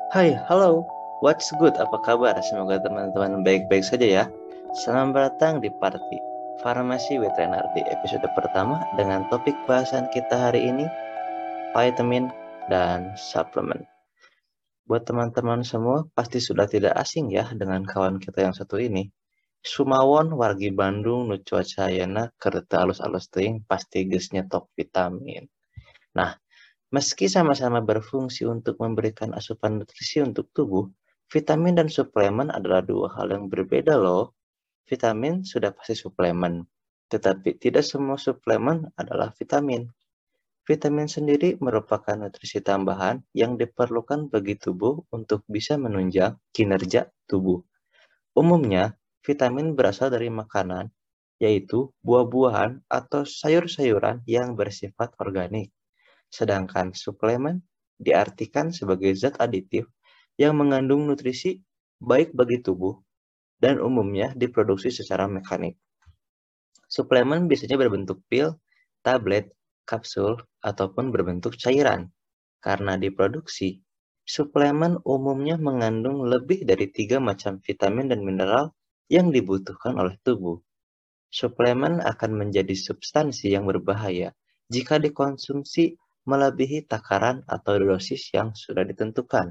Hai, halo. What's good? Apa kabar? Semoga teman-teman baik-baik saja ya. Selamat datang di Party Farmasi Veterinar di episode pertama dengan topik bahasan kita hari ini, vitamin dan suplemen. Buat teman-teman semua, pasti sudah tidak asing ya dengan kawan kita yang satu ini. Sumawon wargi Bandung nu cuaca ayeuna keur teu alus-alus teuing pasti geus nyetok vitamin. Nah, meski sama-sama berfungsi untuk memberikan asupan nutrisi untuk tubuh, vitamin dan suplemen adalah dua hal yang berbeda loh. Vitamin sudah pasti suplemen, tetapi tidak semua suplemen adalah vitamin. Vitamin sendiri merupakan nutrisi tambahan yang diperlukan bagi tubuh untuk bisa menunjang kinerja tubuh. Umumnya, vitamin berasal dari makanan, yaitu buah-buahan atau sayur-sayuran yang bersifat organik. Sedangkan suplemen diartikan sebagai zat aditif yang mengandung nutrisi baik bagi tubuh dan umumnya diproduksi secara mekanik. Suplemen biasanya berbentuk pil, tablet, kapsul, ataupun berbentuk cairan. Karena diproduksi, suplemen umumnya mengandung lebih dari 3 macam vitamin dan mineral yang dibutuhkan oleh tubuh. Suplemen akan menjadi substansi yang berbahaya jika dikonsumsi melebihi takaran atau dosis yang sudah ditentukan.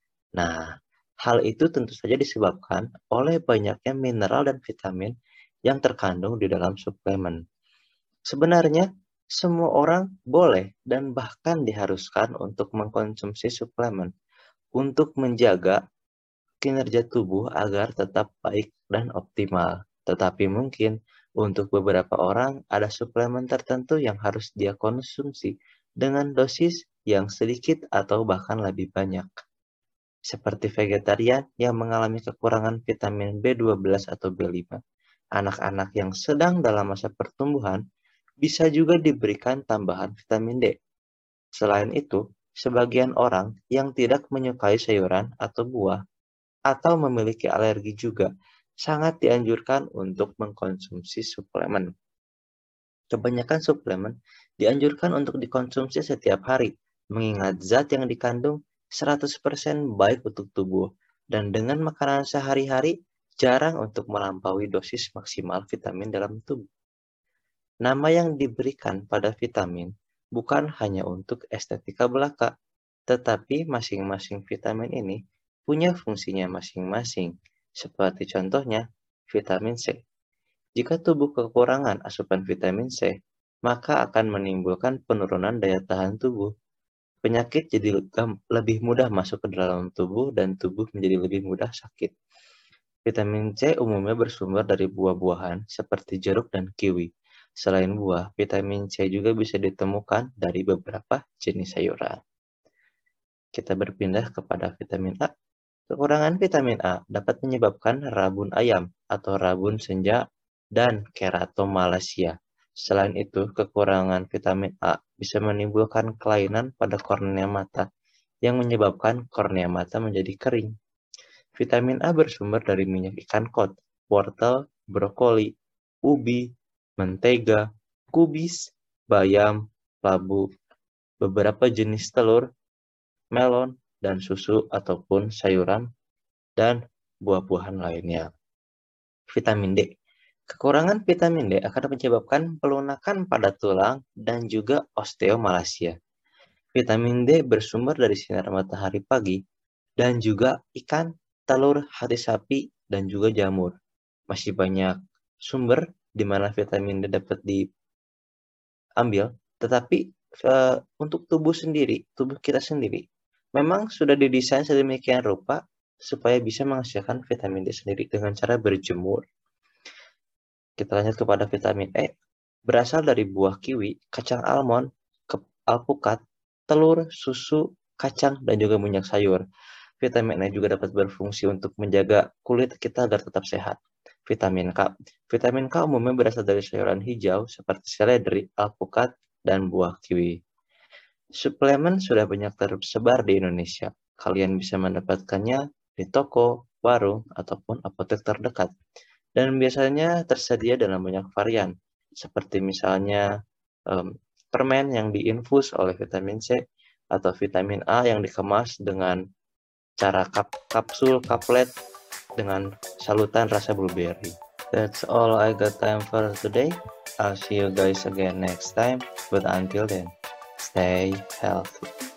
Nah, hal itu tentu saja disebabkan oleh banyaknya mineral dan vitamin yang terkandung di dalam suplemen. Sebenarnya, semua orang boleh dan bahkan diharuskan untuk mengkonsumsi suplemen untuk menjaga kinerja tubuh agar tetap baik dan optimal. Tetapi mungkin untuk beberapa orang ada suplemen tertentu yang harus dia konsumsi dengan dosis yang sedikit atau bahkan lebih banyak. Seperti vegetarian yang mengalami kekurangan vitamin B12 atau B5, anak-anak yang sedang dalam masa pertumbuhan bisa juga diberikan tambahan vitamin D. Selain itu, sebagian orang yang tidak menyukai sayuran atau buah atau memiliki alergi juga sangat dianjurkan untuk mengkonsumsi suplemen. Kebanyakan suplemen dianjurkan untuk dikonsumsi setiap hari, mengingat zat yang dikandung 100% baik untuk tubuh dan dengan makanan sehari-hari jarang untuk melampaui dosis maksimal vitamin dalam tubuh. Nama yang diberikan pada vitamin bukan hanya untuk estetika belaka, tetapi masing-masing vitamin ini punya fungsinya masing-masing, seperti contohnya vitamin C. Jika tubuh kekurangan asupan vitamin C, maka akan menimbulkan penurunan daya tahan tubuh. Penyakit jadi lebih mudah masuk ke dalam tubuh dan tubuh menjadi lebih mudah sakit. Vitamin C umumnya bersumber dari buah-buahan seperti jeruk dan kiwi. Selain buah, vitamin C juga bisa ditemukan dari beberapa jenis sayuran. Kita berpindah kepada vitamin A. Kekurangan vitamin A dapat menyebabkan rabun ayam atau rabun senja dan keratomalacia. Selain itu, kekurangan vitamin A bisa menimbulkan kelainan pada kornea mata yang menyebabkan kornea mata menjadi kering. Vitamin A bersumber dari minyak ikan kod, wortel, brokoli, ubi, mentega, kubis, bayam, labu, beberapa jenis telur, melon, dan susu ataupun sayuran dan buah-buahan lainnya. Vitamin D. Kekurangan vitamin D akan menyebabkan pelunakan pada tulang dan juga osteomalacia. Vitamin D bersumber dari sinar matahari pagi dan juga ikan, telur, hati sapi, dan juga jamur. Masih banyak sumber di mana vitamin D dapat diambil, tetapi untuk tubuh kita sendiri, memang sudah didesain sedemikian rupa supaya bisa menghasilkan vitamin D sendiri dengan cara berjemur. Kita lanjut kepada vitamin E, berasal dari buah kiwi, kacang almond, alpukat, telur, susu, kacang, dan juga minyak sayur. Vitamin E juga dapat berfungsi untuk menjaga kulit kita agar tetap sehat. Vitamin K. Vitamin K umumnya berasal dari sayuran hijau seperti seledri, alpukat, dan buah kiwi. Suplemen sudah banyak tersebar di Indonesia. Kalian bisa mendapatkannya di toko, warung, ataupun apotek terdekat. Dan biasanya tersedia dalam banyak varian, seperti misalnya permen yang diinfus oleh vitamin C, atau vitamin A yang dikemas dengan cara kapsul, kaplet dengan salutan rasa blueberry. That's all I got time for today. I'll see you guys again next time, but until then, stay healthy.